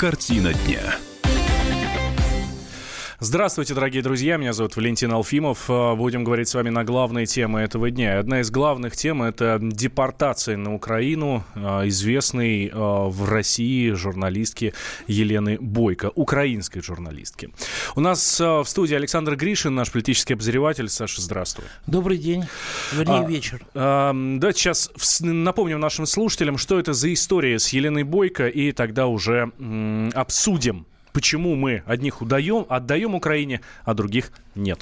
Картина дня. Здравствуйте, дорогие друзья, меня зовут Валентин Алфимов. Будем говорить с вами на главные темы этого дня. Одна из главных тем – это депортация на Украину известной в России журналистки Елены Бойко, украинской журналистки. У нас в студии Александр Гришин, наш политический обозреватель. Саша, здравствуй. Добрый день, вернее вечер. Давайте сейчас напомним нашим слушателям, что это за история с Еленой Бойко, и тогда уже обсудим, почему мы одних отдаем Украине, а других нет.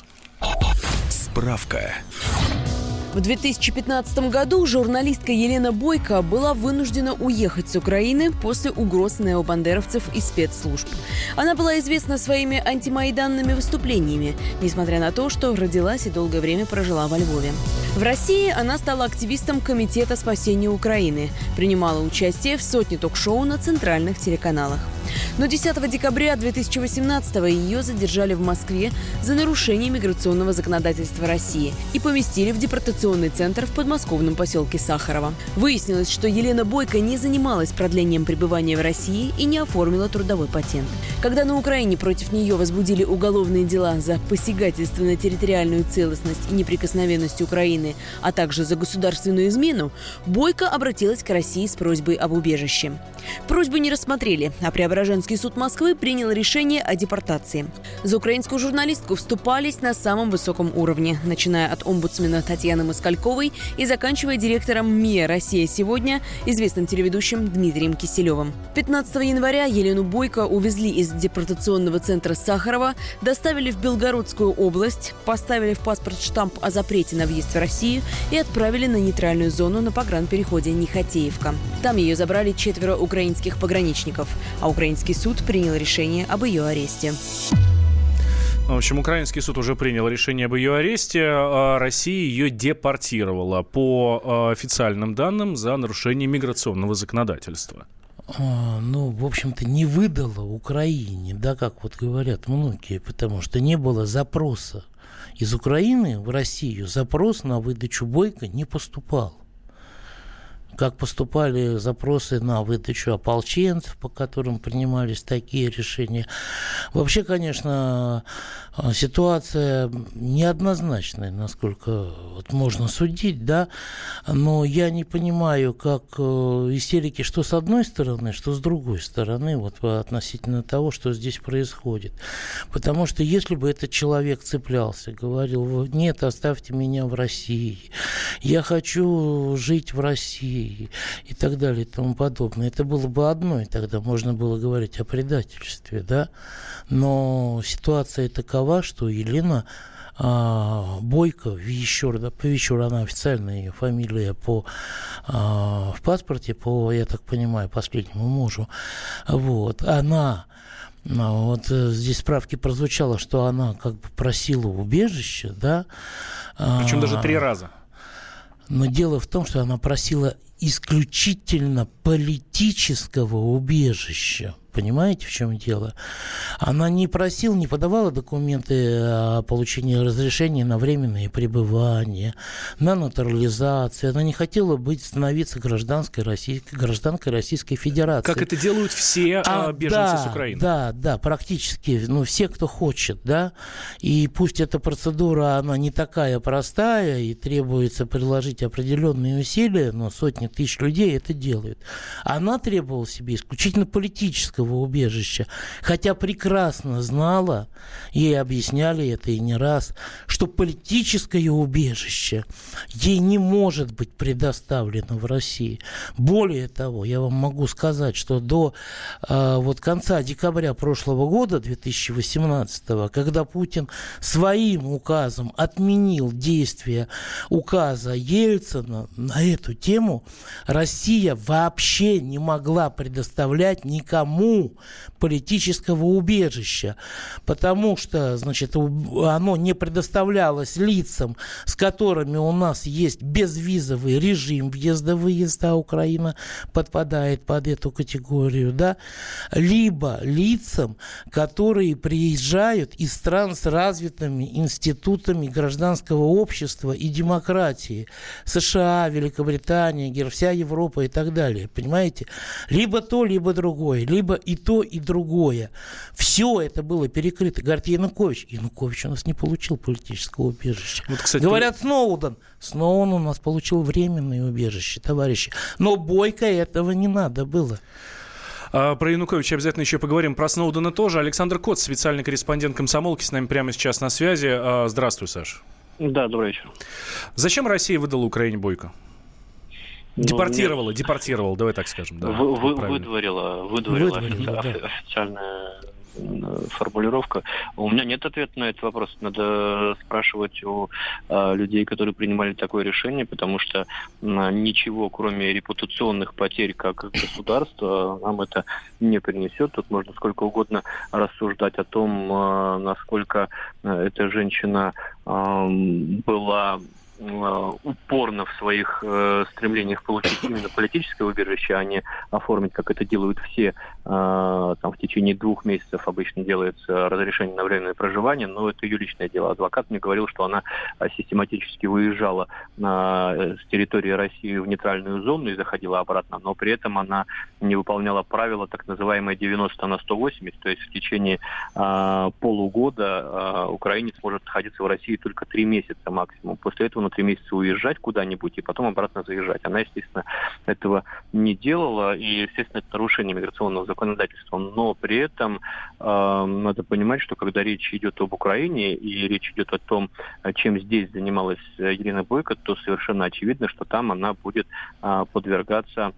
Справка. В 2015 году журналистка Елена Бойко была вынуждена уехать с Украины после угроз необандеровцев и спецслужб. Она была известна своими антимайданными выступлениями, несмотря на то, что родилась и долгое время прожила во Львове. В России она стала активистом Комитета спасения Украины, принимала участие в сотне ток-шоу на центральных телеканалах. Но 10 декабря 2018-го ее задержали в Москве за нарушение миграционного законодательства России и поместили в депортационный центр в подмосковном поселке Сахарово. Выяснилось, что Елена Бойко не занималась продлением пребывания в России и не оформила трудовой патент. Когда на Украине против нее возбудили уголовные дела за посягательство на территориальную целостность и неприкосновенность Украины, а также за государственную измену, Бойко обратилась к России с просьбой об убежище. Просьбу не рассмотрели, а Преображенский суд Москвы принял решение о депортации. За украинскую журналистку вступались на самом высоком уровне, начиная от омбудсмена Татьяны Москальковой и заканчивая директором МИА «Россия сегодня», известным телеведущим Дмитрием Киселевым. 15 января Елену Бойко увезли из депортационного центра Сахарова, доставили в Белгородскую область, поставили в паспорт штамп о запрете на въезд в Россию и отправили на нейтральную зону на погранпереходе Нехотеевка. Там ее забрали 4 украинских пограничников, а украинский суд принял решение об ее аресте. В общем, украинский суд уже принял решение об ее аресте, а Россия ее депортировала по официальным данным за нарушение миграционного законодательства. В общем-то, не выдала Украине, да, как вот говорят многие, потому что не было запроса. Из Украины в Россию запрос на выдачу Бойко не поступал. Как поступали запросы на выдачу ополченцев, по которым принимались такие решения. Вообще, конечно, ситуация неоднозначная, насколько вот можно судить, да, но я не понимаю, как истерики, что с одной стороны, что с другой стороны, вот относительно того, что здесь происходит. Потому что если бы этот человек цеплялся, говорил: нет, оставьте меня в России, я хочу жить в России, и так далее, и тому подобное. Это было бы одно, и тогда можно было говорить о предательстве, да. Но ситуация такова, что Елена Бойко, Вещур, она официальная ее фамилия в паспорте, по, я так понимаю, последнему мужу, вот, она... Вот здесь в справке прозвучало, что она как бы просила убежища, да. Причем даже 3 раза. Но дело в том, что она просила исключительно политического убежища. Понимаете, в чем дело? Она не просила, не подавала документы о получении разрешения на временное пребывание, на натурализацию. Она не хотела становиться гражданкой Российской Федерации. Как это делают все беженцы с Украины. Да, практически, все, кто хочет, да. И пусть эта процедура, она не такая простая, и требуется приложить определенные усилия, но сотни тысяч людей это делают. Она требовала себе исключительно политического убежища, хотя прекрасно знала, ей объясняли это и не раз, что политическое убежище ей не может быть предоставлено в России. Более того, я вам могу сказать, что до конца декабря прошлого года, 2018, когда Путин своим указом отменил действие указа Ельцина на эту тему, Россия вообще не могла предоставлять никому политического убежища, потому что, оно не предоставлялось лицам, с которыми у нас есть безвизовый режим въезда-выезда, а Украина подпадает под эту категорию, да, либо лицам, которые приезжают из стран с развитыми институтами гражданского общества и демократии, США, Великобритания, вся Европа и так далее, понимаете? Либо то, либо другое, либо и то, и другое. Все это было перекрыто. Говорит, Янукович у нас не получил политического убежища. Вот, кстати, говорят, Сноуден у нас получил временное убежище, товарищи. Но Бойко этого не надо было. Про Януковича обязательно еще поговорим. Про Сноудена тоже. Александр Коц, специальный корреспондент «Комсомолки», с нами прямо сейчас на связи. Здравствуй, Саш. Да, добрый вечер. Зачем Россия выдала Украине Бойко? Депортировала, давай так скажем. Да, выдворила официальная формулировка. У меня нет ответа на этот вопрос. Надо спрашивать у людей, которые принимали такое решение, потому что ничего, кроме репутационных потерь как государство, нам это не принесет. Тут можно сколько угодно рассуждать о том, насколько эта женщина была упорно в своих стремлениях получить именно политическое убежище, а не оформить, как это делают все. Там в течение 2 месяцев обычно делается разрешение на временное проживание, но это ее личное дело. Адвокат мне говорил, что она систематически выезжала с территории России в нейтральную зону и заходила обратно, но при этом она не выполняла правила так называемое 90/180, то есть в течение полугода украинец может находиться в России только 3 месяца максимум. После этого на 3 месяца уезжать куда-нибудь и потом обратно заезжать. Она, естественно, этого не делала, и, естественно, это нарушение миграционного законодательства. Но при этом надо понимать, что когда речь идет об Украине и речь идет о том, чем здесь занималась Елена Бойко, то совершенно очевидно, что там она будет подвергаться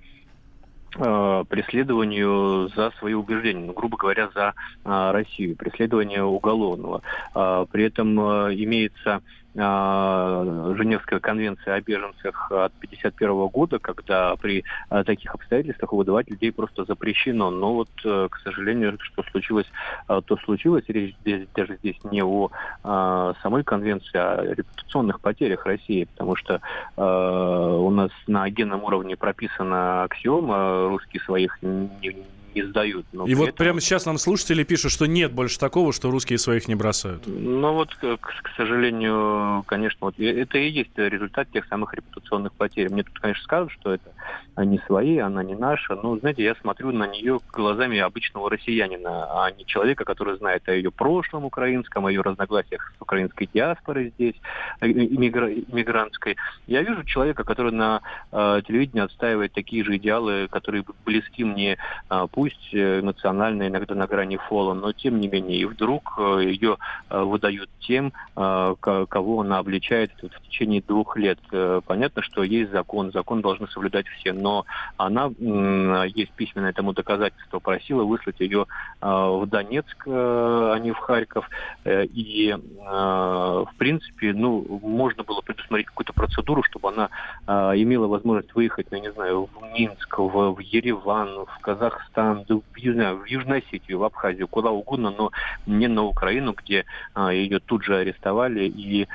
преследованию за свои убеждения, грубо говоря, за Россию, преследование уголовного. При этом имеется Женевская конвенция о беженцах от 1951 года, когда при таких обстоятельствах выдавать людей просто запрещено. Но вот, к сожалению, что случилось, то случилось. Речь даже здесь не о самой конвенции, а о репутационных потерях России, потому что у нас на генном уровне прописана аксиома: русские своих не сдают. Но и вот этом... прямо сейчас нам слушатели пишут, что нет больше такого, что русские своих не бросают. Ну вот, к сожалению, конечно, вот это и есть результат тех самых репутационных потерь. Мне тут, конечно, скажут, что это они свои, она не наша. Но, знаете, я смотрю на нее глазами обычного россиянина, а не человека, который знает о ее прошлом украинском, о ее разногласиях с украинской диаспорой здесь, иммигрантской. Я вижу человека, который на телевидении отстаивает такие же идеалы, которые близки мне, пусть эмоционально, иногда на грани фола, но тем не менее. И вдруг ее выдают тем, кого она обличает в течение 2 лет. Понятно, что есть закон должны соблюдать все, но она, есть письменное тому доказательство, просила выслать ее в Донецк, а не в Харьков. И, в принципе, можно было предусмотреть какую-то процедуру, чтобы она имела возможность выехать, в Минск, в Ереван, в Казахстан, в Южную Осетию, в Абхазию, куда угодно, но не на Украину, где ее тут же арестовали и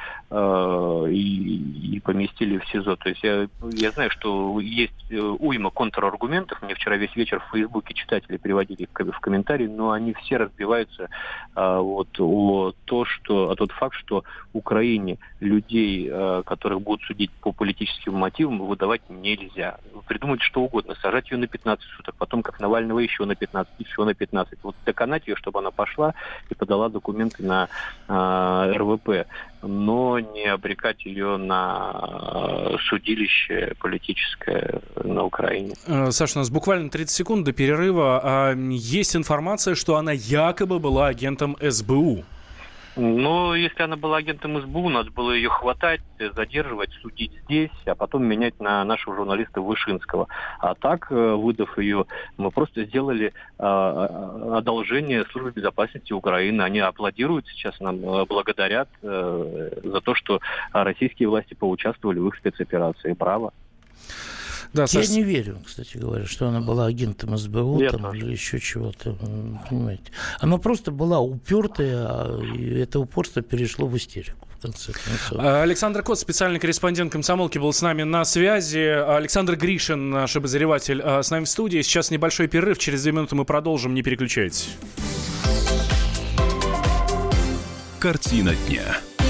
поместили в СИЗО. То есть я знаю, что есть уйма контраргументов. Мне вчера весь вечер в Фейсбуке читатели переводили их в комментарии, но они все разбиваются о тот факт, что Украине людей, которых будут судить по политическим мотивам, выдавать нельзя. Придумать что угодно, сажать ее на 15 суток, потом, как Навального, еще на 15. Вот доконать ее, чтобы она пошла и подала документы на РВП, но не обрекать ее на судилище политическое на Украине. Саша, у нас буквально 30 секунд до перерыва. Есть информация, что она якобы была агентом СБУ. Но если она была агентом СБУ, надо было ее хватать, задерживать, судить здесь, а потом менять на нашего журналиста Вышинского. А так, выдав ее, мы просто сделали одолжение службе безопасности Украины. Они аплодируют сейчас, нам благодарят за то, что российские власти поучаствовали в их спецоперации. Браво! Да, я не верю, кстати говоря, что она была агентом СБУ или еще чего-то, понимаете. Она просто была упертая, и это упорство перешло в истерику. Александр Коц, специальный корреспондент «Комсомолки», был с нами на связи. Александр Гришин, наш обозреватель, с нами в студии. Сейчас небольшой перерыв, через 2 минуты мы продолжим, не переключайтесь. Картина дня.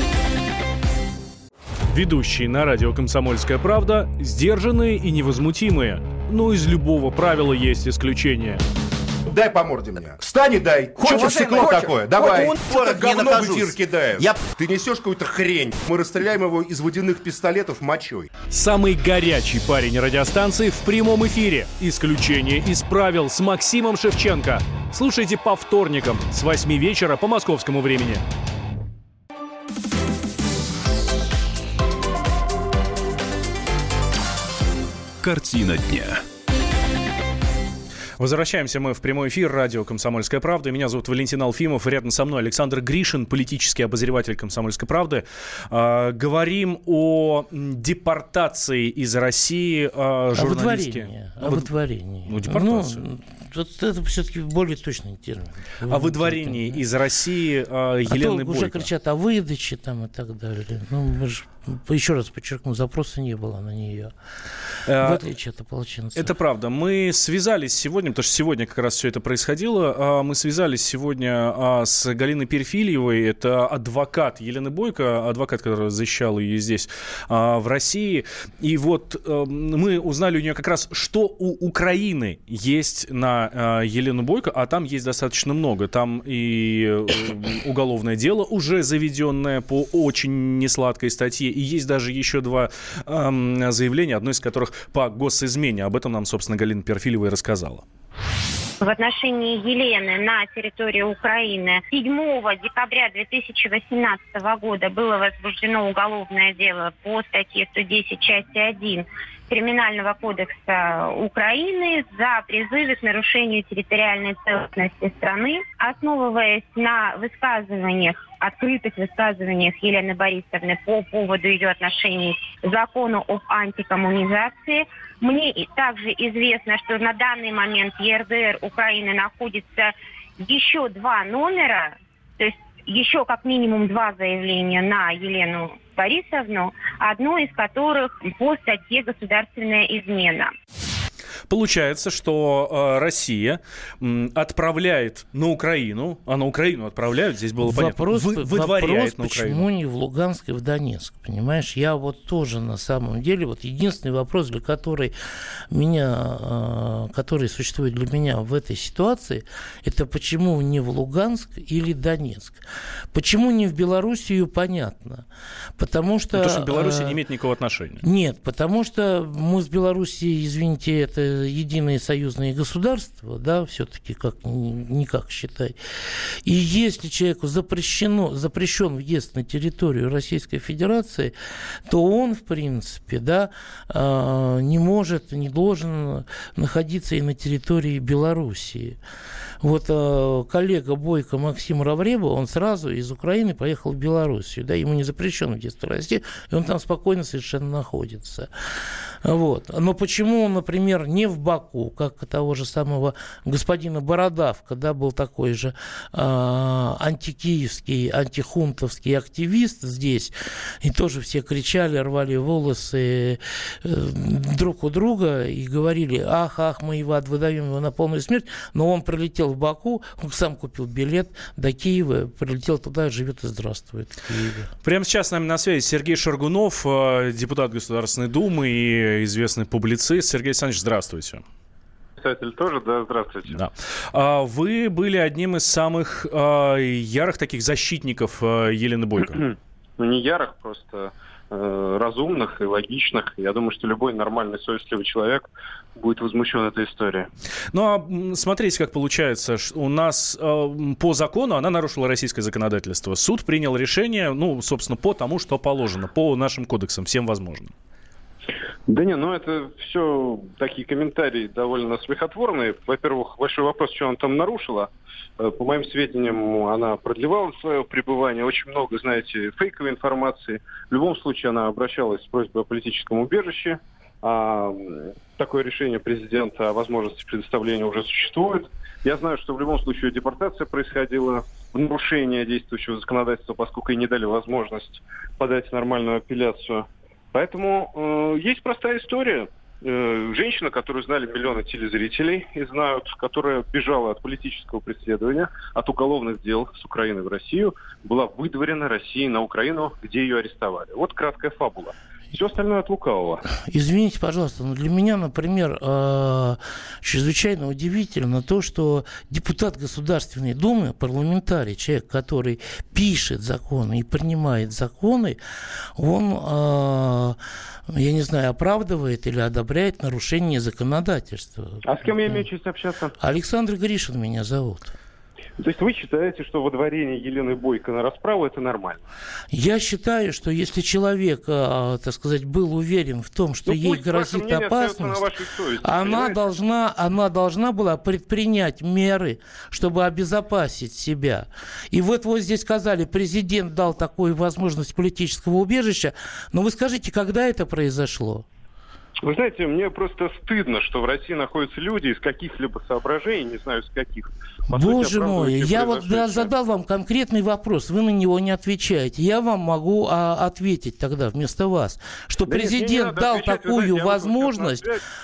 Ведущие на радио «Комсомольская правда» сдержанные и невозмутимые. Но из любого правила есть исключение. Дай по морде мне. Встань и дай. Хочешь стекло такое? Давай. Вот говно в эфир кидаешь. Ты несешь какую-то хрень. Мы расстреляем его из водяных пистолетов мочой. Самый горячий парень радиостанции в прямом эфире. Исключение из правил с Максимом Шевченко. Слушайте по вторникам с 8 вечера по московскому времени. Картина дня. Возвращаемся мы в прямой эфир. Радио «Комсомольская правда». Меня зовут Валентин Алфимов. Рядом со мной Александр Гришин, политический обозреватель «Комсомольской правды». Говорим о депортации из России журналистки. О выдворении. Ну, депортацию. Ну, это все-таки более точный термин. О выдворении из России Елены Бойко. Уже кричат о выдаче там и так далее. Ну, мы же, еще раз подчеркну, запроса не было на нее. В отличие от ополченцев. Это правда. Мы связались сегодня, потому что сегодня как раз все это происходило, мы связались сегодня с Галиной Перфильевой. Это адвокат Елены Бойко, адвокат, который защищал ее здесь, в России. И вот мы узнали у нее как раз, что у Украины есть на Елену Бойко, а там есть достаточно много. Там и уголовное дело уже заведенное по очень несладкой статье, и есть даже еще 2 заявления, одно из которых по госизмене. Об этом нам, собственно, Галина Перфильева и рассказала. В отношении Елены на территории Украины 7 декабря 2018 года было возбуждено уголовное дело по статье 110 части 1 Криминального кодекса Украины за призывы к нарушению территориальной целостности страны, основываясь на высказываниях, открытых высказываниях Елены Борисовны по поводу ее отношений к закону об антикоммунизации. Мне также известно, что на данный момент ЕРДР Украины находится еще 2 номера, то есть еще как минимум 2 заявления на Елену Борисовну, одно из которых по статье «Государственная измена». Получается, что Россия отправляет на Украину, а на Украину отправляют, здесь было вопрос, понятно, выдворяет на Украину. Почему не в Луганск и в Донецк, понимаешь? Я вот тоже на самом деле, вот единственный вопрос, который существует для меня в этой ситуации, это почему не в Луганск или Донецк? Почему не в Белоруссию, понятно. Потому что Белоруссия не имеет никакого отношения. Нет, потому что мы с Белоруссией, извините, это единые союзные государства, да, все-таки никак считай. И если человеку запрещен въезд на территорию Российской Федерации, то он, в принципе, да, не может, не должен находиться и на территории Белоруссии. Вот коллега Бойко Максим Равреба, он сразу из Украины поехал в Белоруссию, да, ему не запрещен въезд в Россию, и он там спокойно совершенно находится. Вот. Но почему, например, не в Баку, как того же самого господина Бородавка, да, был такой же антикиевский, антихунтовский активист здесь, и тоже все кричали, рвали волосы друг у друга и говорили: ах, мы его выдаем его на полную смерть, но он прилетел в Баку, он сам купил билет до Киева, прилетел туда, живет и здравствует в Киеве. Прямо сейчас с нами на связи Сергей Шаргунов, депутат Государственной Думы и известный публицист. Сергей Александрович, здравствуйте. Писатель тоже, да, здравствуйте. Да. Вы были одним из самых ярых таких защитников Елены Бойко. Ну, не ярых, просто разумных и логичных. Я думаю, что любой нормальный, совестливый человек будет возмущен этой историей. Ну, а смотрите, как получается. У нас по закону она нарушила российское законодательство. Суд принял решение, ну, собственно, по тому, что положено, по нашим кодексам, всем возможным. Да не, ну это все такие комментарии довольно смехотворные. Во-первых, большой вопрос, что она там нарушила. По моим сведениям, она продлевала свое пребывание. Очень много, знаете, фейковой информации. В любом случае, она обращалась с просьбой о политическом убежище. Такое решение президента о возможности предоставления уже существует. Я знаю, что в любом случае депортация происходила в нарушение действующего законодательства, поскольку ей не дали возможность подать нормальную апелляцию. Поэтому есть простая история. Женщина, которую знали миллионы телезрителей и знают, которая бежала от политического преследования, от уголовных дел с Украины в Россию, была выдворена Россией на Украину, где ее арестовали. Вот краткая фабула. Все остальное от лукавого. Извините, пожалуйста, но для меня, например, чрезвычайно удивительно то, что депутат Государственной Думы, парламентарий, человек, который пишет законы и принимает законы, он, я не знаю, оправдывает или одобряет нарушение законодательства. А с кем я имею честь общаться? Александр Гришин меня зовут. То есть вы считаете, что водворение Елены Бойко на расправу – это нормально? Я считаю, что если человек, так сказать, был уверен в том, что ей грозит опасность, она должна была предпринять меры, чтобы обезопасить себя. И вот здесь сказали, президент дал такую возможность политического убежища. Но вы скажите, когда это произошло? Вы знаете, мне просто стыдно, что в России находятся люди из каких-либо соображений, не знаю, из каких. Боже мой, я вот задал вам конкретный вопрос, вы на него не отвечаете. Я вам могу ответить тогда вместо вас, что президент дал такую возможность,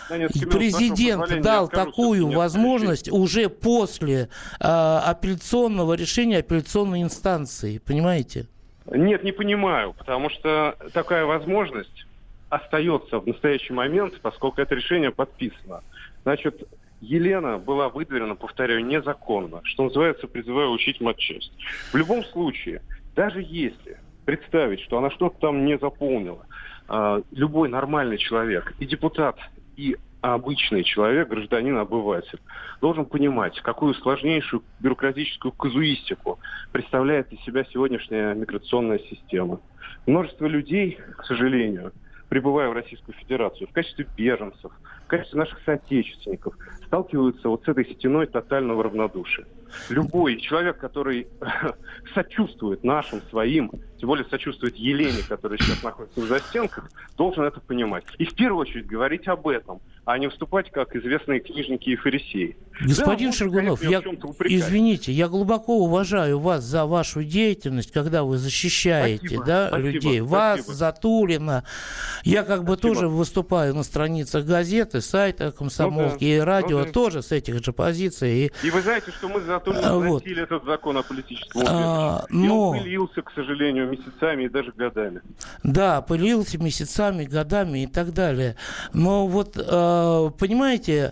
президент дал такую возможность уже после апелляционного решения апелляционной инстанции, понимаете? Нет, не понимаю, потому что такая возможность остается в настоящий момент, поскольку это решение подписано. Значит, Елена была выдворена, повторяю, незаконно. Что называется, призываю учить матчасть. В любом случае, даже если представить, что она что-то там не заполнила, любой нормальный человек, и депутат, и обычный человек, гражданин, обыватель, должен понимать, какую сложнейшую бюрократическую казуистику представляет из себя сегодняшняя миграционная система. Множество людей, к сожалению, прибывая в Российскую Федерацию в качестве беженцев, в качестве наших соотечественников, сталкиваются вот с этой стеной тотального равнодушия. Любой человек, который сочувствует нашим, своим, тем более сочувствует Елене, которая сейчас находится в застенках, должен это понимать. И в первую очередь говорить об этом, а не выступать как известные книжники и фарисеи. Господин Шаргунов, извините, я глубоко уважаю вас за вашу деятельность, когда вы защищаете людей. Вас, Затулина. Я тоже выступаю на страницах газеты, сайта «Комсомолки» и радио тоже с этих же позиций. И вы знаете, что мы с Затулиным вносили этот закон о политическом убежище. И он пылился, к сожалению, месяцами и даже годами. Да, пылился месяцами, годами и так далее. Но понимаете,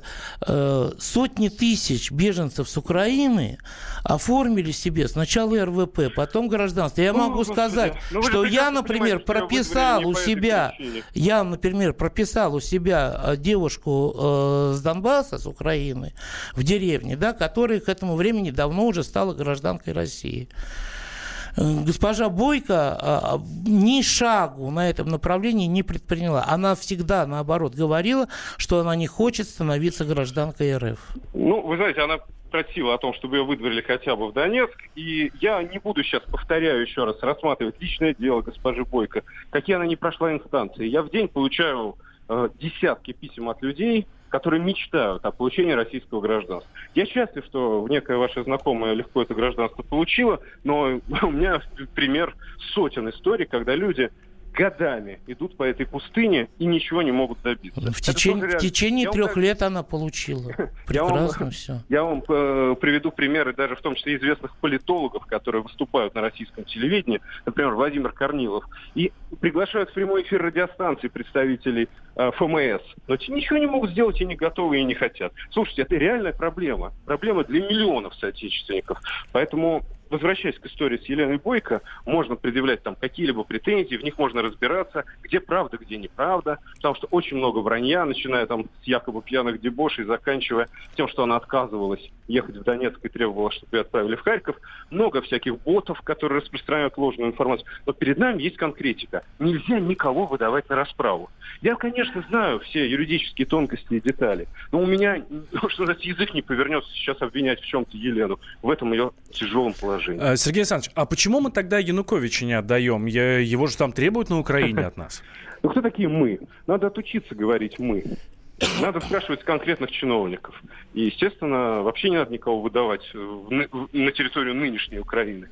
сотни тысяч беженцев с Украины оформили себе сначала РВП, потом гражданство. Я могу сказать, что я, например, прописал у себя девушку с Донбасса, с Украины, в деревне, которая к этому времени давно уже стала гражданкой России. Госпожа Бойко ни шагу на этом направлении не предприняла. Она всегда, наоборот, говорила, что она не хочет становиться гражданкой РФ. Вы знаете, она просила о том, чтобы ее выдворили хотя бы в Донецк. И я не буду сейчас, повторяю еще раз, рассматривать личное дело госпожи Бойко, какие она не прошла инстанции. Я в день получаю десятки писем от людей, которые мечтают о получении российского гражданства. Я счастлив, что некая ваша знакомая легко это гражданство получила, но у меня пример сотен историй, когда люди годами идут по этой пустыне и ничего не могут добиться. В течение 3 лет она получила. Прекрасно все. Я вам приведу примеры даже в том числе известных политологов, которые выступают на российском телевидении, например, Владимир Корнилов, и приглашают в прямой эфир радиостанции представителей ФМС. Но те ничего не могут сделать и не готовы, и не хотят. Слушайте, это реальная проблема. Проблема для миллионов соотечественников. Поэтому, возвращаясь к истории с Еленой Бойко, можно предъявлять там какие-либо претензии, в них можно разбираться, где правда, где неправда, потому что очень много вранья, начиная там с якобы пьяных дебошей, заканчивая тем, что она отказывалась ехать в Донецк и требовала, чтобы ее отправили в Харьков. Много всяких ботов, которые распространяют ложную информацию. Но перед нами есть конкретика. Нельзя никого выдавать на расправу. Я, конечно, знаю все юридические тонкости и детали, но у меня, что называется, язык не повернется сейчас обвинять в чем-то Елену в этом ее тяжелом положении. Сергей Александрович, а почему мы тогда Януковича не отдаем? Его же там требуют на Украине от нас. Кто такие мы? Надо отучиться говорить «мы». Надо спрашивать конкретных чиновников. И, естественно, вообще не надо никого выдавать на территорию нынешней Украины.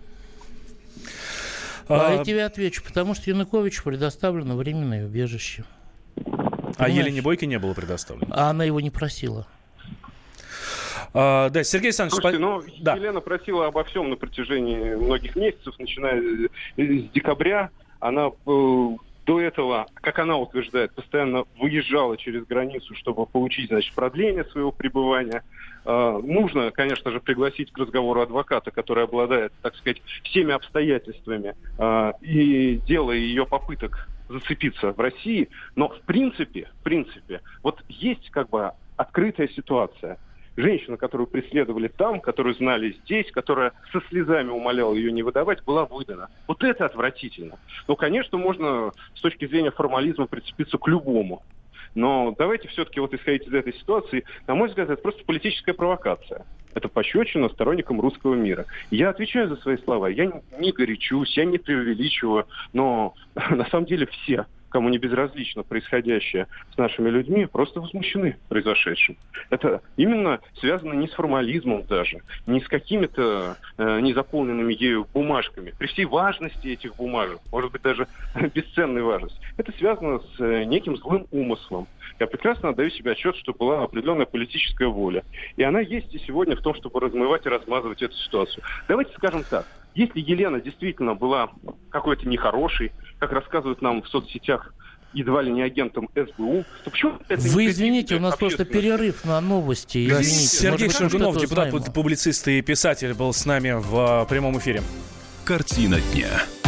Я тебе отвечу, потому что Януковичу предоставлено временное убежище. А Елене Бойко не было предоставлено? А она его не просила. Да, Сергей Александрович... Слушайте, Елена просила обо всем на протяжении многих месяцев, начиная с декабря. Она до до этого, как она утверждает, постоянно выезжала через границу, чтобы получить, значит, продление своего пребывания. Нужно, конечно же, пригласить к разговору адвоката, который обладает, так сказать, всеми обстоятельствами и делая ее попыток зацепиться в России. Но в принципе, вот есть как бы открытая ситуация. Женщина, которую преследовали там, которую знали здесь, которая со слезами умоляла ее не выдавать, была выдана. Вот это отвратительно. Ну, конечно, можно с точки зрения формализма прицепиться к любому. Но давайте все-таки вот исходить из этой ситуации. На мой взгляд, это просто политическая провокация. Это пощечина сторонникам русского мира. Я отвечаю за свои слова. Я не горячусь, я не преувеличиваю. Но на самом деле все, кому не безразлично происходящее с нашими людьми, просто возмущены произошедшим. Это именно связано не с формализмом даже, не с какими-то незаполненными ею бумажками. При всей важности этих бумажек, может быть, даже бесценной важности, это связано с неким злым умыслом. Я прекрасно отдаю себе отчет, что была определенная политическая воля. И она есть и сегодня в том, чтобы размывать и размазывать эту ситуацию. Давайте скажем так. Если Елена действительно была какой-то нехорошей, как рассказывают нам в соцсетях, едва ли не агентом СБУ, то почему это... Вы извините, у нас просто перерыв на новости. Извините. Сергей Шаргунов, депутат, публицист и писатель, был с нами в прямом эфире. Картина дня.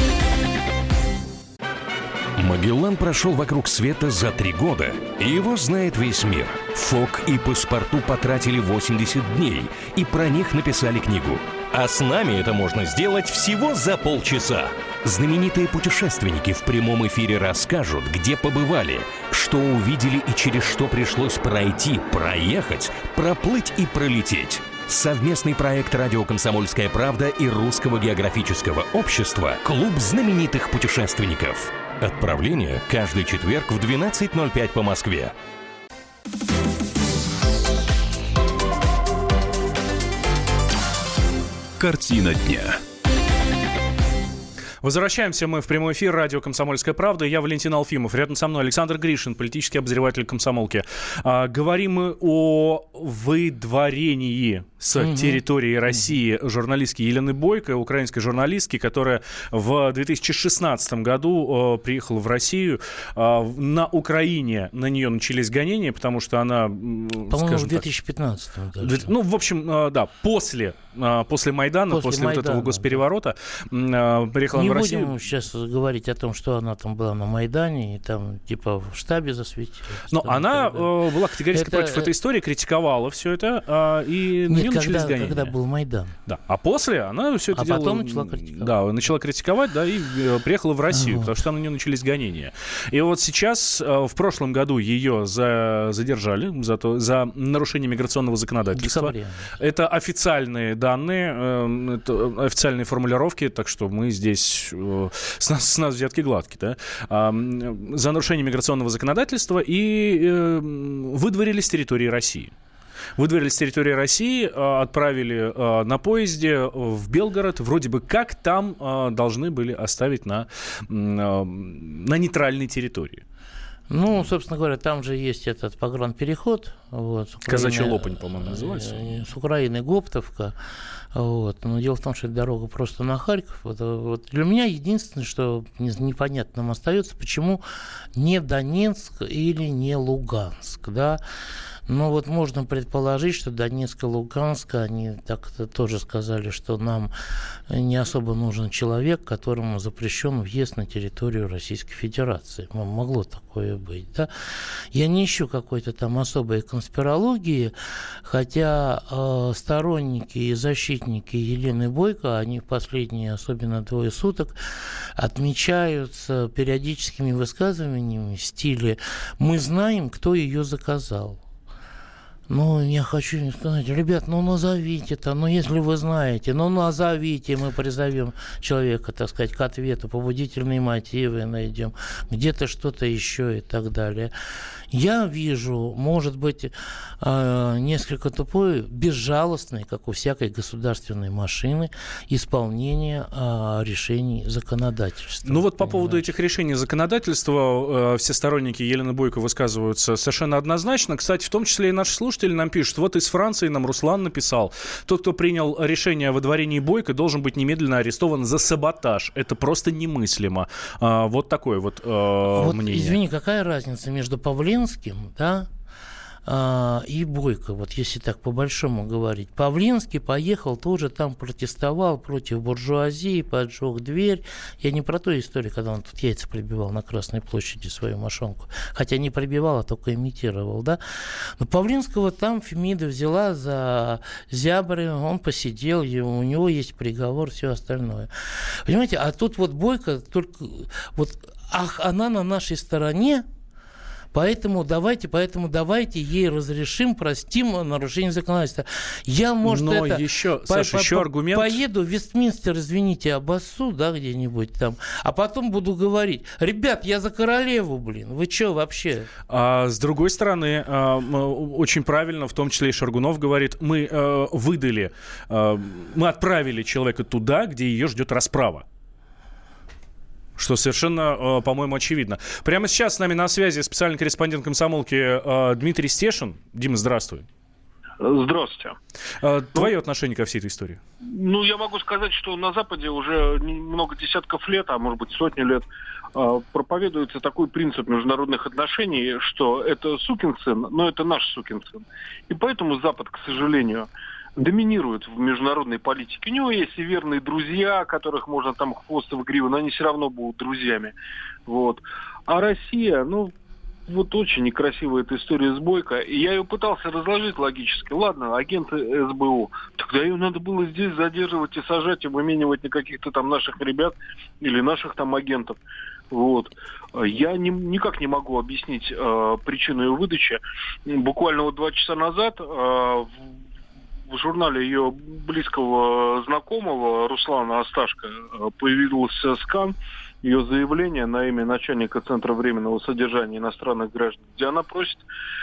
Магеллан прошел вокруг света за 3 года, и его знает весь мир. Фок и Паспарту потратили 80 дней, и про них написали книгу. А с нами это можно сделать всего за полчаса. Знаменитые путешественники в прямом эфире расскажут, где побывали, что увидели и через что пришлось пройти, проехать, проплыть и пролететь. Совместный проект «Радио Комсомольская правда» и Русского географического общества «Клуб знаменитых путешественников». Отправление каждый четверг в 12:05 по Москве. Картина дня. Возвращаемся мы в прямой эфир радио «Комсомольская правда». Я Валентин Алфимов. Рядом со мной Александр Гришин, политический обозреватель «Комсомолки». Говорим мы о выдворении с территории России журналистки Елены Бойко, украинской журналистки, которая в 2016 году приехала в Россию. На Украине на нее начались гонения, потому что она... По-моему, в 2015 даже. Ну, в общем, да, после Майдана, после вот этого госпереворота приехала в Россию. Не будем сейчас говорить о том, что она там была на Майдане и там типа в штабе засветилась. Но она была категорически против этой истории, критиковала все это, и на нее начались гонения. Когда был Майдан. Да. А после она все это делала... А потом начала критиковать. Да, начала критиковать, да, и приехала в Россию, потому что на нее начались гонения. И вот сейчас, в прошлом году ее задержали за нарушение миграционного законодательства. Это официальные данные, это официальные формулировки, так что мы здесь... С нас взятки гладкие, да? За нарушение миграционного законодательства и выдворили с территории России. Выдворили с территории России, отправили на поезде в Белгород. Вроде бы как там должны были оставить на нейтральной территории. Ну, собственно говоря, там же есть этот погранпереход. Вот, Казачья Лопань, по-моему, называется. С Украины Гоптовка. Вот. Но дело в том, что эта дорога просто на Харьков. Вот. Для меня единственное, что непонятным остается, почему не Донецк или не Луганск, да? Но вот можно предположить, что Донецк и Луганск, они так-то тоже сказали, что нам не особо нужен человек, которому запрещен въезд на территорию Российской Федерации. Могло такое быть, да? Я не ищу какой-то там особой конспирологии, хотя сторонники и защитники Елены Бойко, они в последние, особенно 2 суток, отмечаются периодическими высказываниями в стиле «мы знаем, кто ее заказал». Ну, я хочу сказать, ребят, назовите-то, если вы знаете, назовите, мы призовем человека, так сказать, к ответу, побудительные мотивы найдем, где-то что-то еще и так далее. Я вижу, может быть, несколько тупое, безжалостное, как у всякой государственной машины, исполнение решений законодательства. Ну вот по поводу этих решений законодательства все сторонники Елены Бойко высказываются совершенно однозначно. Кстати, в том числе и наши слушатели нам пишут. Вот из Франции нам Руслан написал. Тот, кто принял решение о выдворении Бойко, должен быть немедленно арестован за саботаж. Это просто немыслимо. Вот такое вот мнение. Извини, какая разница между Павленским, да, и Бойко, вот если так по-большому говорить. Павленский поехал, тоже там протестовал против буржуазии, поджег дверь. Я не про ту историю, когда он тут яйца прибивал на Красной площади, свою мошонку. Хотя не прибивал, а только имитировал, да. Но Павленского там Фемида взяла за зябры, он посидел, у него есть приговор, все остальное. Понимаете, а тут вот Бойко только... Вот, она на нашей стороне, Поэтому давайте ей разрешим, простим нарушение законодательства. Я, может, но еще аргумент. Поеду в Вестминстер, извините, обоссу, да, где-нибудь там, а потом буду говорить: ребят, я за королеву, вы что вообще? С другой стороны, очень правильно, в том числе и Шаргунов говорит, мы отправили человека туда, где ее ждет расправа. Что совершенно, по-моему, очевидно. Прямо сейчас с нами на связи специальный корреспондент «Комсомолки» Дмитрий Стешин. Дима, здравствуй. Здравствуйте. Твое отношение ко всей этой истории? Я могу сказать, что на Западе уже много десятков лет, а может быть сотни лет, проповедуется такой принцип международных отношений, что это сукин сын, но это наш сукин сын. И поэтому Запад, к сожалению, доминирует в международной политике. У него есть и верные друзья, которых можно там хвост в гриву, но они все равно будут друзьями. Вот. А Россия, очень некрасивая эта история с Бойко. И я ее пытался разложить логически. Ладно, агенты СБУ. Тогда ее надо было здесь задерживать и сажать, и выменивать на каких-то там наших ребят или наших там агентов. Вот. Я никак не могу объяснить причину ее выдачи. Буквально 2 часа назад в журнале ее близкого знакомого Руслана Асташко появился скан ее заявления на имя начальника Центра временного содержания иностранных граждан, где она просит: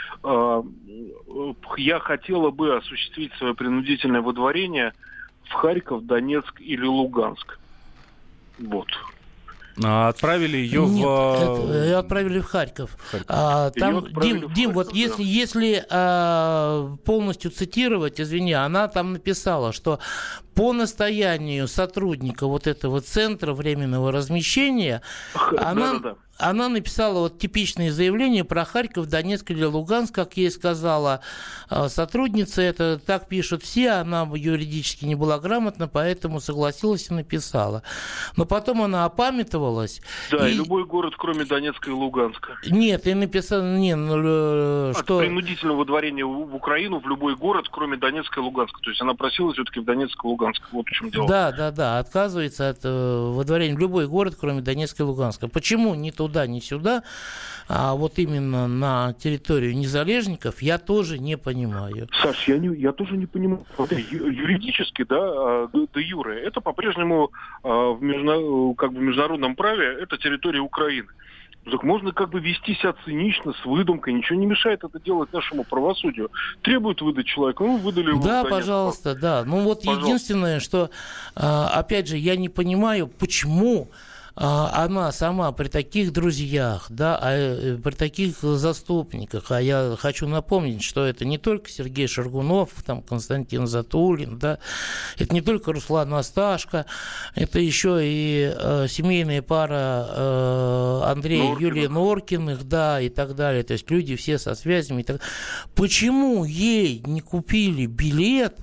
я хотела бы осуществить свое принудительное выдворение в Харьков, Донецк или Луганск. Вот. Отправили ее отправили в Харьков. Там, Дим, вот если полностью цитировать, извини, она там написала, что по настоянию сотрудника вот этого центра временного размещения она написала вот типичные заявления про Харьков, Донецк или Луганск, как ей сказала сотрудница. Это так пишут все, она юридически не была грамотна, поэтому согласилась и написала. Но потом она опамятовалась. Да, и любой город, кроме Донецка и Луганска. Нет, и написала... От принудительного выдворения в Украину в любой город, кроме Донецка и Луганска. То есть она просила все-таки в Донецк и Луганск. Вот в чем дело. Да, отказывается от выдворения в любой город, кроме Донецка и Луганска. Почему ни туда, ни сюда, а вот именно на территорию незалежников, я тоже не понимаю. Саш, я тоже не понимаю. Юридически, да, де юре, это по-прежнему в международном праве это территория Украины. Так можно вести себя цинично, с выдумкой, ничего не мешает это делать нашему правосудию. Требует выдать человека, выдали его. Да, пожалуйста, да. Пожалуйста. Единственное, что, опять же, я не понимаю, почему она сама при таких друзьях, да, при таких заступниках, а я хочу напомнить, что это не только Сергей Шаргунов, там, Константин Затулин, да, это не только Руслан Асташко, это еще и семейная пара Андрея и Юлии Норкиных, да, и так далее, то есть люди все со связями. Почему ей не купили билет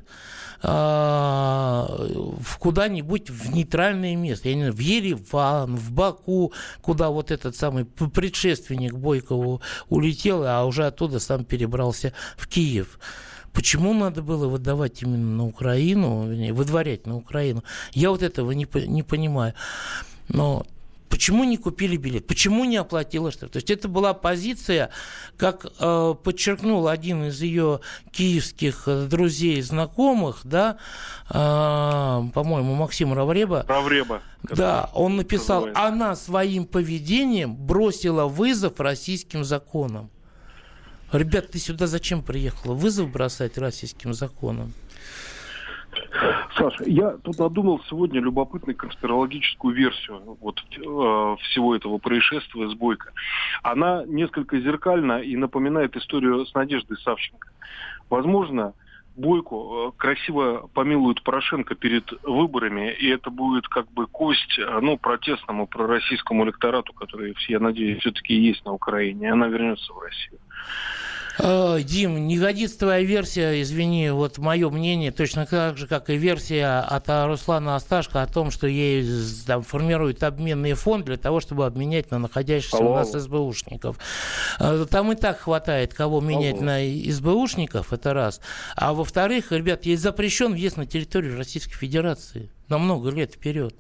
в куда-нибудь в нейтральное место, я не знаю, в Ереван, в Баку, куда вот этот самый предшественник Бойкову улетел, а уже оттуда сам перебрался в Киев? Почему надо было выдавать именно на Украину, выдворять на Украину? Я вот этого не понимаю. Но почему не купили билет? Почему не оплатила штраф? То есть это была позиция, как подчеркнул один из ее киевских друзей, знакомых, да, по-моему, Максим Равреба. Да, он написал: она своим поведением бросила вызов российским законам. Ребят, ты сюда зачем приехала? Вызов бросать российским законам? Саша, я тут надумал сегодня любопытную конспирологическую версию всего этого происшествия с Бойко. Она несколько зеркальна и напоминает историю с Надеждой Савченко. Возможно, Бойко красиво помилует Порошенко перед выборами, и это будет как бы кость протестному пророссийскому электорату, который, я надеюсь, все-таки есть на Украине, и она вернется в Россию. Дим, не годится твоя версия, извини, вот мое мнение, точно так же, как и версия от Руслана Асташко о том, что ей там формируют обменный фонд для того, чтобы обменять на находящихся у нас СБУшников. Там и так хватает, кого менять на СБУшников, это раз. А во-вторых, ребят, есть запрещен въезд на территорию Российской Федерации на много лет вперед.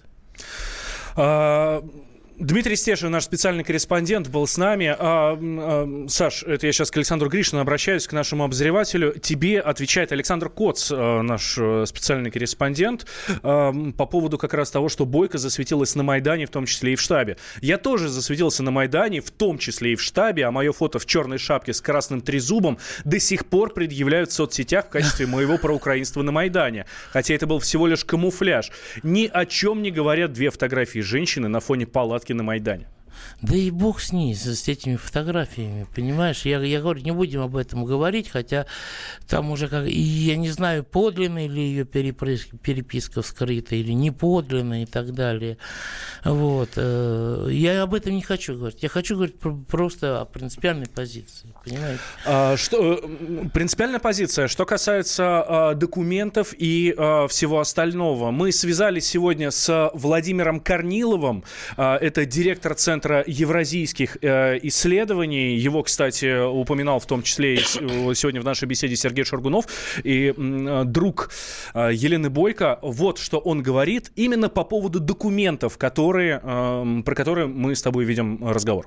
Дмитрий Стешин, наш специальный корреспондент, был с нами. Саш, это я сейчас к Александру Гришину обращаюсь, к нашему обозревателю. Тебе отвечает Александр Коц, наш специальный корреспондент, по поводу как раз того, что Бойко засветилась на Майдане, в том числе и в штабе. Я тоже засветился на Майдане, в том числе и в штабе, а мое фото в черной шапке с красным трезубом до сих пор предъявляют в соцсетях в качестве моего проукраинства на Майдане. Хотя это был всего лишь камуфляж. Ни о чем не говорят две фотографии женщины на фоне палатки на Майдане. Да и бог с ней, с этими фотографиями, понимаешь? Я говорю, не будем об этом говорить, хотя там уже как... И я не знаю, подлинная ли ее переписка вскрыта или не подлинная и так далее. Вот. Я об этом не хочу говорить. Я хочу говорить просто о принципиальной позиции, понимаете? Принципиальная позиция. Что касается документов и всего остального. Мы связались сегодня с Владимиром Корниловым. Это директор Центра евразийских исследований. Его, кстати, упоминал в том числе и сегодня в нашей беседе Сергей Шаргунов и друг Елены Бойко. Вот что он говорит именно по поводу документов, про которые мы с тобой ведем разговор.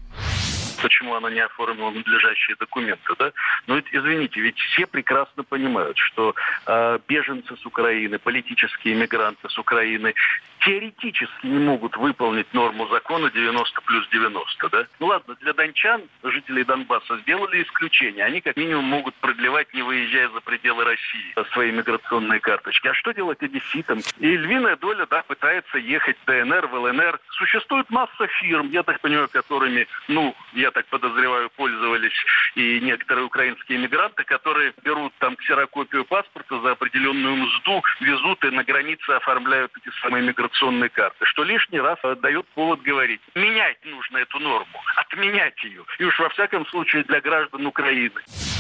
Почему она не оформила надлежащие документы, да? Но ведь, извините, ведь все прекрасно понимают, что беженцы с Украины, политические мигранты с Украины теоретически не могут выполнить норму закона 90 плюс 90, да? Ну ладно, для дончан, жителей Донбасса, сделали исключение. Они как минимум могут продлевать, не выезжая за пределы России, свои миграционные карточки. А что делать одесситам? И львиная доля, да, пытается ехать в ДНР, в ЛНР. Существует масса фирм, я так понимаю, которыми, я так подозреваю, пользовались и некоторые украинские мигранты, которые берут там ксерокопию паспорта за определенную мзду, везут и на границе оформляют эти самые миграционные карты, что лишний раз дает повод говорить. Менять нужно эту норму, отменять ее. И уж во всяком случае для граждан Украины.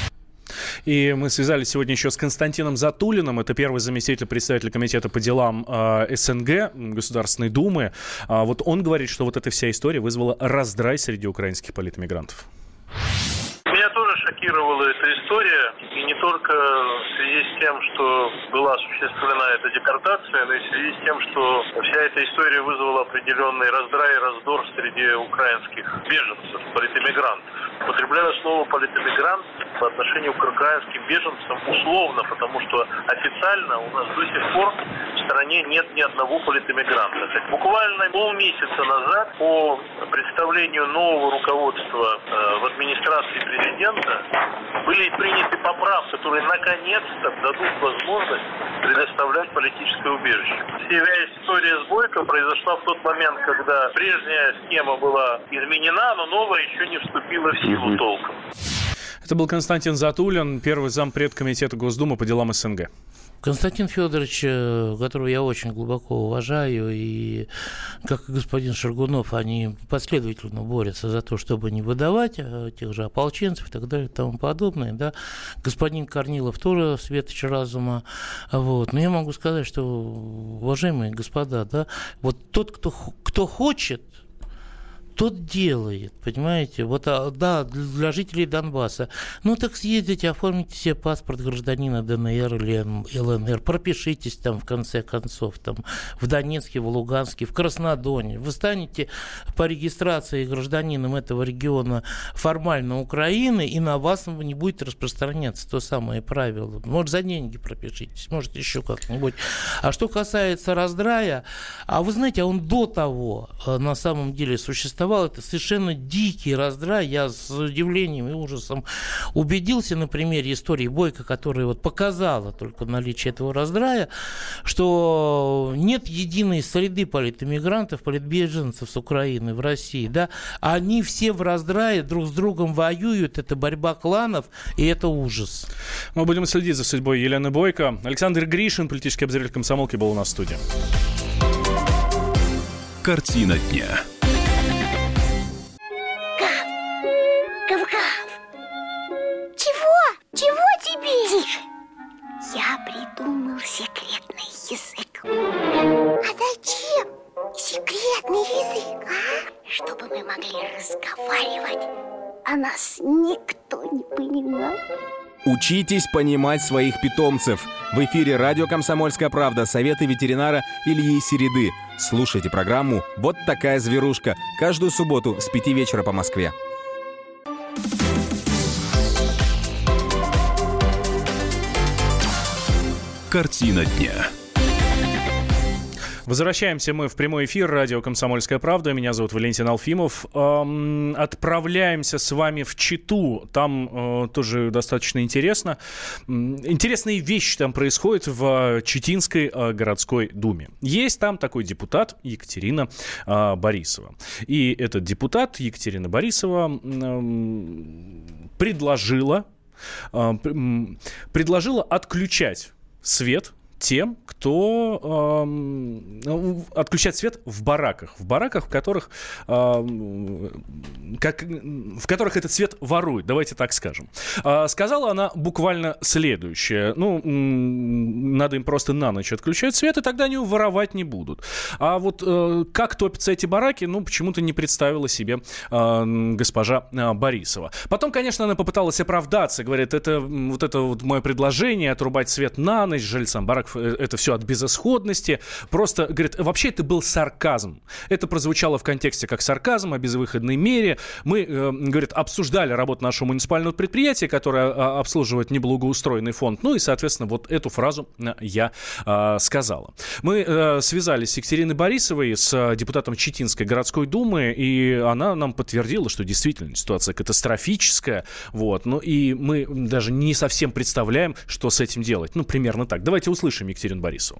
И мы связались сегодня еще с Константином Затулиным. Это первый заместитель председателя комитета по делам СНГ Государственной Думы. Вот он говорит, что вот эта вся история вызвала раздрай среди украинских политэмигрантов. Меня тоже шокировала эта история, и не только в связи с тем, что была осуществлена эта депортация, но и в связи с тем, что вся эта история вызвала определенный раздрай и раздор среди украинских беженцев, политэмигрантов. Употребляю слово политэмигрант по отношению к украинским беженцам условно, потому что официально у нас до сих пор в стране нет ни одного политэмигранта. Буквально полмесяца назад по представлению нового руководства в администрации президента были приняты поправки, которые наконец-то дадут возможность предоставлять политическое убежище. Вся история с Бойко произошла в тот момент, когда прежняя схема была изменена, но новая еще не вступила в силу толком. Это был Константин Затулин, первый зампред комитета Госдумы по делам СНГ. Константин Федорович, которого я очень глубоко уважаю, и как и господин Шаргунов, они последовательно борются за то, чтобы не выдавать тех же ополченцев и так далее и тому подобное. Да. Господин Корнилов тоже светоч разума. Вот. Но я могу сказать, что, уважаемые господа, да, вот тот, кто хочет, тот делает, понимаете? Вот, да, для жителей Донбасса. Ну, так съездите, оформите себе паспорт гражданина ДНР или ЛНР, пропишитесь там, в конце концов, там, в Донецке, в Луганске, в Краснодоне. Вы станете по регистрации гражданином этого региона формально Украины, и на вас не будет распространяться то самое правило. Может, за деньги пропишитесь, может, еще как-нибудь. А что касается раздрая, а вы знаете, он до того, на самом деле, существовал организовал. Это совершенно дикий раздрай. Я с удивлением и ужасом убедился на примере истории Бойко, которая вот показала только наличие этого раздрая, что нет единой среды политэмигрантов, политбеженцев с Украины в России. Да? Они все в раздрае друг с другом воюют. Это борьба кланов, и это ужас. Мы будем следить за судьбой Елены Бойко. Александр Гришин, политический обозреватель «Комсомолки», был у нас в студии. Картина дня. Гав-гав. Чего тебе? Тише. Я придумал секретный язык. А зачем секретный язык, а? Чтобы мы могли разговаривать, а нас никто не понимает. Учитесь понимать своих питомцев. В эфире радио «Комсомольская правда». Советы ветеринара Ильи Середы. Слушайте программу «Вот такая зверушка» каждую субботу с 5 вечера по Москве. Картина дня. Возвращаемся мы в прямой эфир радио «Комсомольская правда». Меня зовут Валентин Алфимов. Отправляемся с вами в Читу. Там тоже достаточно интересно. Интересные вещи там происходят в Читинской городской думе. Есть там такой депутат Екатерина Борисова. И этот депутат Екатерина Борисова предложила отключать свет тем, кто отключает свет в бараках, в которых этот свет ворует, давайте так скажем. Сказала она буквально следующее: надо им просто на ночь отключать свет, и тогда они его воровать не будут. А вот как топятся эти бараки, почему-то не представила себе госпожа Борисова. Потом, конечно, она попыталась оправдаться, говорит, это мое предложение отрубать свет на ночь жильцам бараков, это все от безысходности. Просто, говорит, вообще это был сарказм. Это прозвучало в контексте как сарказм о безвыходной мере. Мы, говорит, обсуждали работу нашего муниципального предприятия, которое обслуживает неблагоустроенный фонд. И, соответственно, вот эту фразу я сказала. Мы связались с Екатериной Борисовой, с депутатом Читинской городской думы, и она нам подтвердила, что действительно ситуация катастрофическая. И мы даже не совсем представляем, что с этим делать. Примерно так. Давайте услышим Екатерину Борисову.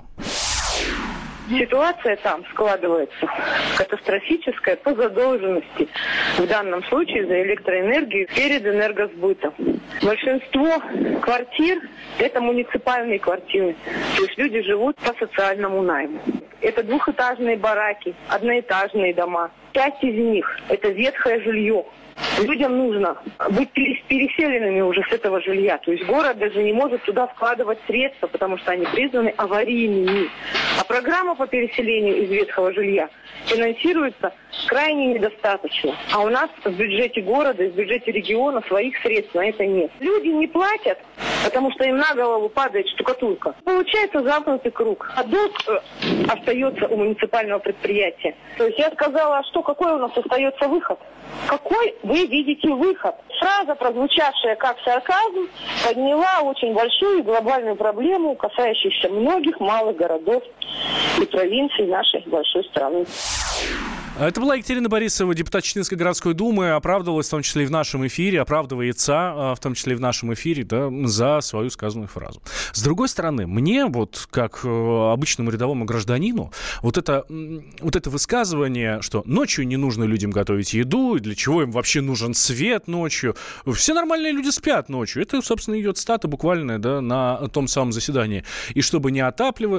Ситуация там складывается катастрофическая по задолженности, в данном случае за электроэнергию перед энергосбытом. Большинство квартир – это муниципальные квартиры, то есть люди живут по социальному найму. Это двухэтажные бараки, одноэтажные дома. Часть из них – это ветхое жилье. Людям нужно быть переселенными уже с этого жилья. То есть город даже не может туда вкладывать средства, потому что они признаны аварийными. А программа по переселению из ветхого жилья финансируется крайне недостаточно. А у нас в бюджете города и в бюджете региона своих средств на это нет. Люди не платят, потому что им на голову падает штукатурка. Получается замкнутый круг. А долг остается у муниципального предприятия. То есть я сказала, какой у нас остается выход? Какой вы видите выход? Фраза, прозвучавшая как сарказм, подняла очень большую и глобальную проблему, касающуюся многих малых городов и провинций нашей большой страны. Это была Екатерина Борисова, депутат Читинской городской думы, оправдывалась в том числе и в нашем эфире, оправдывается в том числе и в нашем эфире, за свою сказанную фразу. С другой стороны, мне, как обычному рядовому гражданину, вот это высказывание, что ночью не нужно людям готовить еду, и для чего им вообще нужен свет ночью. Все нормальные люди спят ночью. Это, собственно, ее цитата буквально на том самом заседании. И чтобы не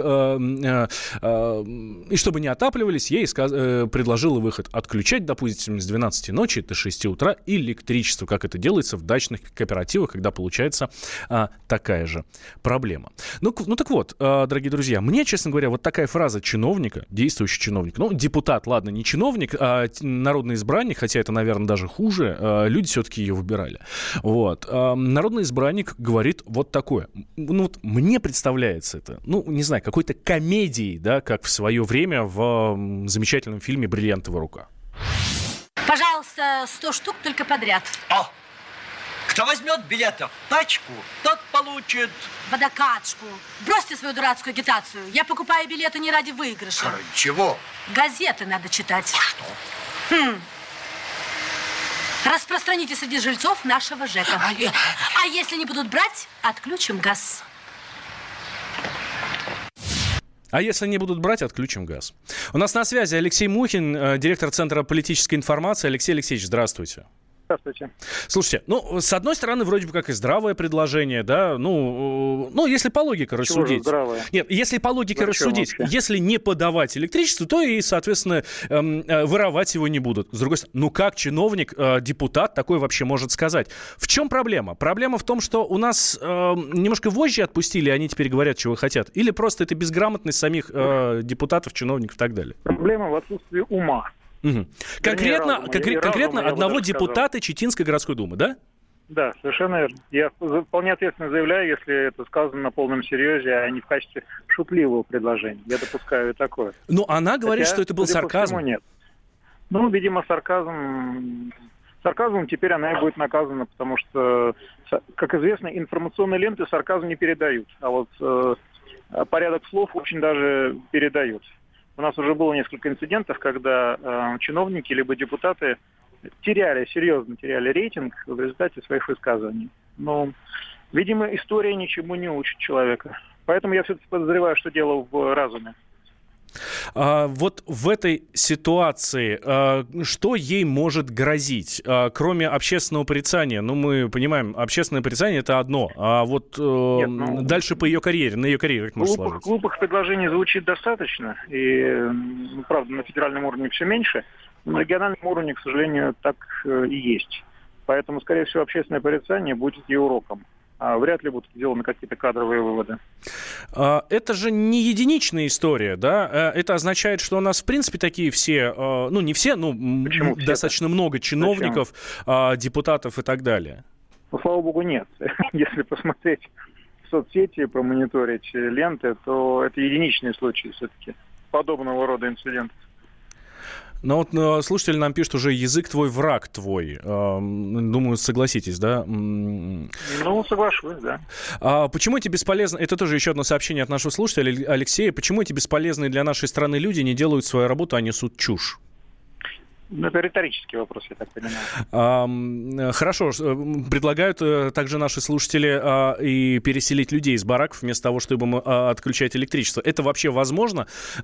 отапливались, я ей предложил выход отключать, допустим, с 12 ночи до 6 утра электричество, как это делается в дачных кооперативах, когда получается такая же проблема. Так вот, дорогие друзья, мне, честно говоря, вот такая фраза чиновника, действующий чиновник, депутат, ладно, не чиновник, а народный избранник, хотя это, наверное, даже хуже, люди все-таки ее выбирали. Народный избранник говорит вот такое. Мне представляется это, не знаю, какой-то комедией, как в свое время в замечательном фильме «Бриллиантовая рука». Пожалуйста, 100 штук только подряд. Кто возьмет билетов пачку, тот получит... Водокачку. Бросьте свою дурацкую агитацию. Я покупаю билеты не ради выигрыша. Чего? Газеты надо читать. Что? Распространите среди жильцов нашего ЖЭКа. А если не будут брать, отключим газ. А если не будут брать, отключим газ. У нас на связи Алексей Мухин, директор Центра политической информации. Алексей Алексеевич, здравствуйте. Здравствуйте. Слушайте, с одной стороны, вроде бы как и здравое предложение, да, если по логике рассудить. Нет, если по логике рассудить, если не подавать электричество, то и, соответственно, воровать его не будут. С другой стороны, как чиновник, депутат такой вообще может сказать? В чем проблема? Проблема в том, что у нас немножко вожжи отпустили, и они теперь говорят, чего хотят. Или просто это безграмотность самих депутатов, чиновников и так далее? Проблема в отсутствии ума. Угу. Конкретно одного депутата Читинской городской думы, да? Да, совершенно верно. Я вполне ответственно заявляю, если это сказано на полном серьезе, а не в качестве шутливого предложения. Я допускаю и такое. Но она говорит, что это был сарказм. Нет. Видимо, сарказмом теперь она и будет наказана, потому что, как известно, информационные ленты сарказм не передают, а вот порядок слов очень даже передают. У нас уже было несколько инцидентов, когда чиновники либо депутаты серьезно теряли рейтинг в результате своих высказываний. Но, видимо, история ничему не учит человека. Поэтому я все-таки подозреваю, что дело в разуме. Вот в этой ситуации что ей может грозить, кроме общественного порицания? Мы понимаем, общественное порицание – это одно, а вот дальше по ее карьере, на ее карьере как может сложиться? Глупых предложений звучит достаточно, и, правда, на федеральном уровне все меньше, но на региональном уровне, к сожалению, так и есть. Поэтому, скорее всего, общественное порицание будет ее уроком. Вряд ли будут сделаны какие-то кадровые выводы. Это же не единичная история, да? Это означает, что у нас, в принципе, такие все, не все, достаточно много чиновников, депутатов и так далее. Слава богу, нет. Если посмотреть в соцсети, промониторить ленты, то это единичные случаи все-таки подобного рода инцидентов. Но слушатели нам пишут уже «язык твой, враг твой». Думаю, согласитесь, да? Соглашусь, да. Почему эти бесполезные... Это тоже еще одно сообщение от нашего слушателя Алексея. Почему эти бесполезные для нашей страны люди не делают свою работу, а несут чушь? Это риторический вопрос, я так понимаю. Хорошо. Предлагают также наши слушатели и переселить людей из бараков вместо того, чтобы отключать электричество. Это вообще возможно?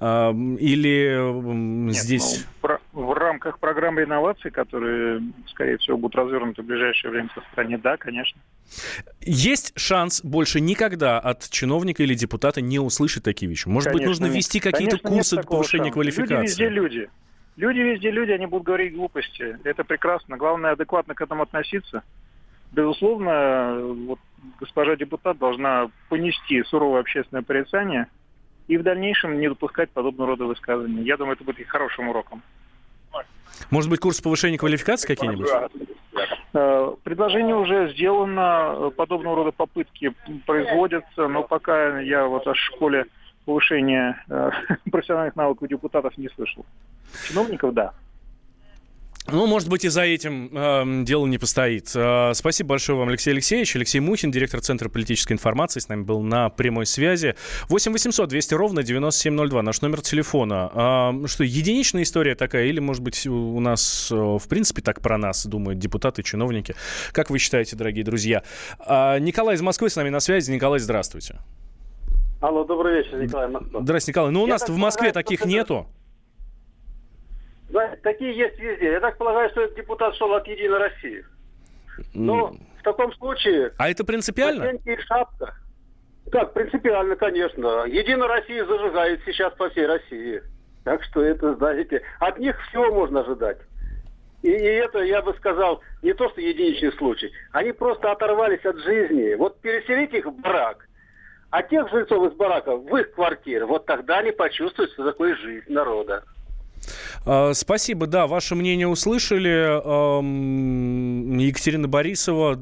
Или здесь... В рамках программы реновации, которые, скорее всего, будут развернуты в ближайшее время по стране, да, конечно. Есть шанс больше никогда от чиновника или депутата не услышать такие вещи? Может быть, нужно ввести какие-то курсы повышения квалификации? Люди везде люди, они будут говорить глупости. Это прекрасно. Главное, адекватно к этому относиться. Безусловно, госпожа депутат должна понести суровое общественное порицание и в дальнейшем не допускать подобного рода высказываний. Я думаю, это будет и хорошим уроком. Может быть, курс повышения квалификации какие-нибудь? Предложение уже сделано, подобного рода попытки производятся, но пока я о школе повышения профессиональных навыков депутатов не слышал. Чиновников, да. Может быть, и за этим дело не постоит. Спасибо большое вам, Алексей Алексеевич. Алексей Мухин, директор Центра политической информации, с нами был на прямой связи. 8 800 200 ровно 9702, наш номер телефона. Что, единичная история такая? Или, может быть, у нас, в принципе, так про нас думают депутаты, чиновники? Как вы считаете, дорогие друзья? Николай из Москвы с нами на связи. Николай, здравствуйте. Алло, добрый вечер, Николай, Москва. Здравствуйте, Николай. У нас в Москве таких нету. Да, такие есть везде. Я так полагаю, что этот депутат шел от «Единой России». Но в таком случае... А это принципиально? И шапка. Так, принципиально, конечно. «Единая Россия» зажигает сейчас по всей России. Так что это, знаете, от них всего можно ожидать. И это, я бы сказал, не то, что единичный случай. Они просто оторвались от жизни. Переселить их в барак, а тех жильцов из барака в их квартиры, тогда они почувствуют, что такое жизнь народа. Спасибо, да, ваше мнение услышали. Екатерина Борисова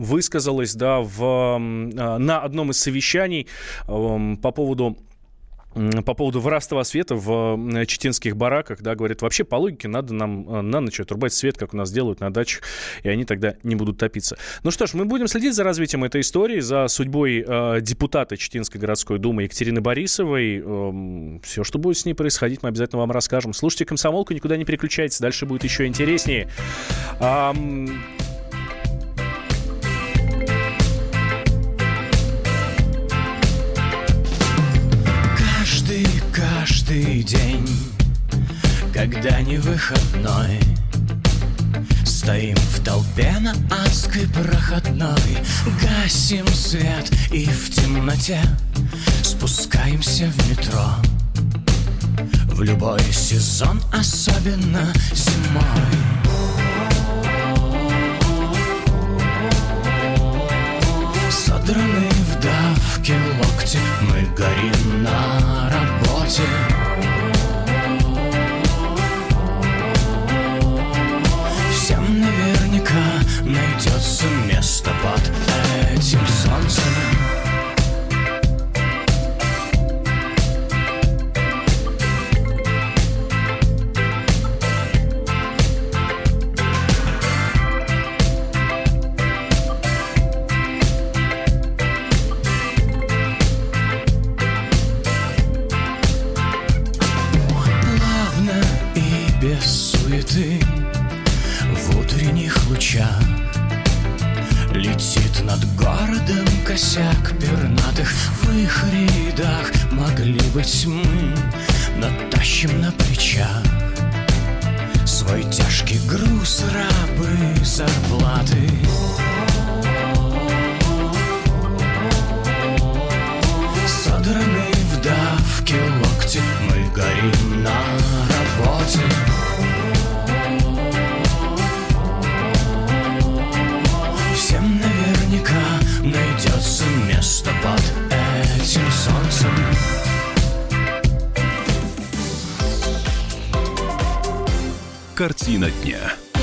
высказалась, на одном из совещаний по поводу по поводу воровства света в читинских бараках, да, говорит, вообще по логике надо нам на ночь отрубать свет, как у нас делают на дачах, и они тогда не будут топиться. Ну что ж, мы будем следить за развитием этой истории, за судьбой депутата Читинской городской думы Екатерины Борисовой. Все, что будет с ней происходить, мы обязательно вам расскажем. Слушайте «Комсомолку», никуда не переключайтесь, дальше будет еще интереснее. Каждый день, когда не выходной, стоим в толпе на адской проходной, гасим свет и в темноте спускаемся в метро. В любой сезон, особенно зимой. Содраны в давке локти, мы горим на работе. Всем наверняка найдется место под этим солнцем. В утренних лучах летит над городом косяк пернатых. В их рядах могли быть мы, но тащим на плечах свой тяжкий груз рабы зарплаты. Содраны в давке локти, мы горим на работе. Всем наверняка найдется место под этим солнцем. Картина дня.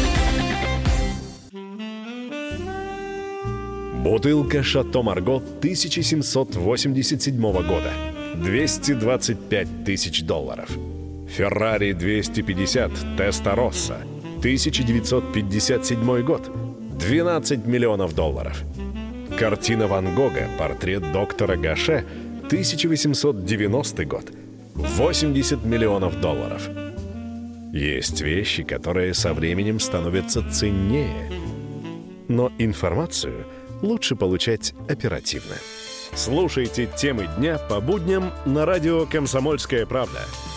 Бутылка «Шато Марго» 1787 года. $225 тысяч. Феррари 250 Теста-Росса. 1957 год. $12 миллионов. Картина Ван Гога «Портрет доктора Гаше», 1890 год. $80 миллионов. Есть вещи, которые со временем становятся ценнее. Но информацию лучше получать оперативно. Слушайте темы дня по будням на радио «Комсомольская правда».